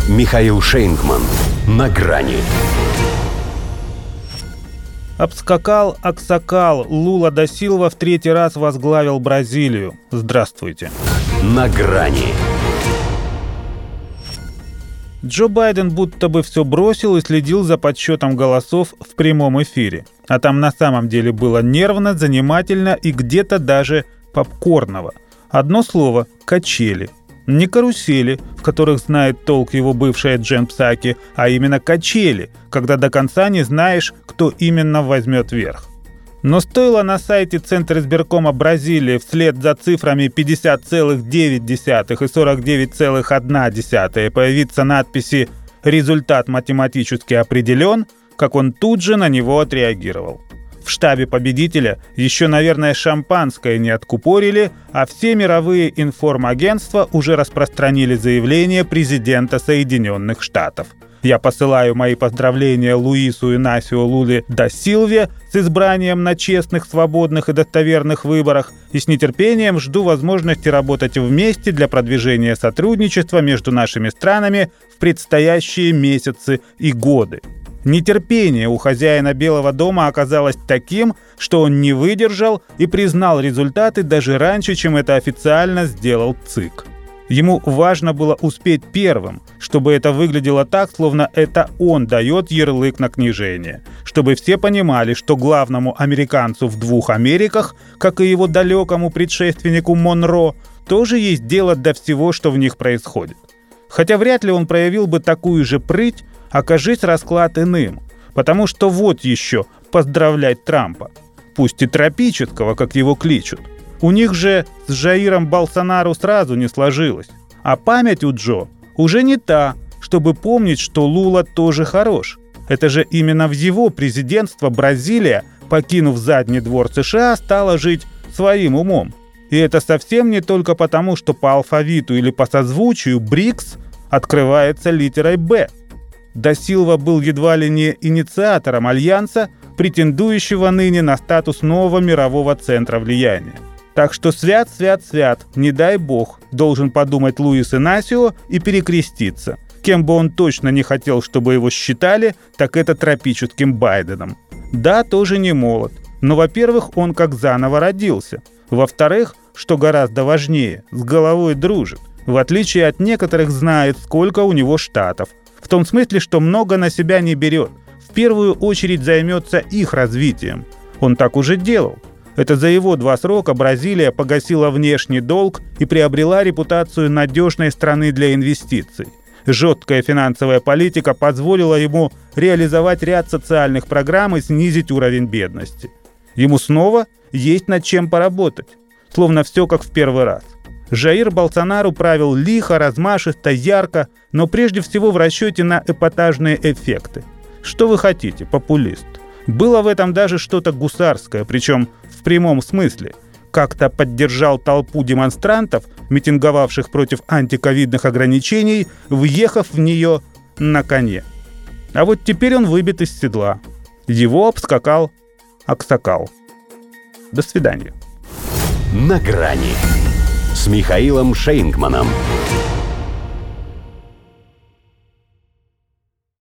Михаил Шейнгман. На грани. Обскакал, аксакал, Лула да Силва в третий раз возглавил Бразилию. Здравствуйте. На грани. Джо Байден будто бы все бросил и следил за подсчетом голосов в прямом эфире. А там на самом деле было нервно, занимательно и где-то даже попкорново. Одно слово – качели. Не карусели, в которых знает толк его бывшая Джен Псаки, а именно качели, когда до конца не знаешь, кто именно возьмет верх. Но стоило на сайте Центризбиркома Бразилии вслед за цифрами 50,9 и 49,1 появиться надписи «Результат математически определен», как он тут же на него отреагировал. В штабе победителя еще, наверное, шампанское не откупорили, а все мировые информагентства уже распространили заявление президента Соединенных Штатов. Я посылаю мои поздравления Луису Инасио Луле да Силве с избранием на честных, свободных и достоверных выборах и с нетерпением жду возможности работать вместе для продвижения сотрудничества между нашими странами в предстоящие месяцы и годы. Нетерпение у хозяина Белого дома оказалось таким, что он не выдержал и признал результаты даже раньше, чем это официально сделал ЦИК. Ему важно было успеть первым, чтобы это выглядело так, словно это он дает ярлык на княжение, чтобы все понимали, что главному американцу в двух Америках, как и его далекому предшественнику Монро, тоже есть дело до всего, что в них происходит. Хотя вряд ли он проявил бы такую же прыть, окажись расклад иным, потому что вот еще поздравлять Трампа, пусть и тропического, как его кличут. У них же с Жаиром Болсонару сразу не сложилось, а память у Джо уже не та, чтобы помнить, что Лула тоже хорош. Это же именно в его президентство Бразилия, покинув задний двор США, стала жить своим умом. И это совсем не только потому, что по алфавиту или по созвучию БРИКС открывается литерой «Б». Да Силва был едва ли не инициатором альянса, претендующего ныне на статус нового мирового центра влияния. Так что свят, свят, свят, не дай бог, должен подумать Луис Инасио и перекреститься. Кем бы он точно не хотел, чтобы его считали, так это тропическим Байденом. Да, тоже не молод, но, во-первых, он как заново родился. Во-вторых, что гораздо важнее, с головой дружит. В отличие от некоторых, знает, сколько у него штатов. В том смысле, что много на себя не берет. В первую очередь займется их развитием. Он так уже делал. Это за его 2 срока Бразилия погасила внешний долг и приобрела репутацию надежной страны для инвестиций. Жесткая финансовая политика позволила ему реализовать ряд социальных программ и снизить уровень бедности. Ему снова есть над чем поработать. Словно все как в первый раз. Жаир Болсонару правил лихо, размашисто, ярко, но прежде всего в расчете на эпатажные эффекты. Что вы хотите, популист? Было в этом даже что-то гусарское, причем в прямом смысле. Как-то поддержал толпу демонстрантов, митинговавших против антиковидных ограничений, въехав в нее на коне. А вот теперь он выбит из седла. Его обскакал аксакал. До свидания. На грани с Михаилом Шейнгманом.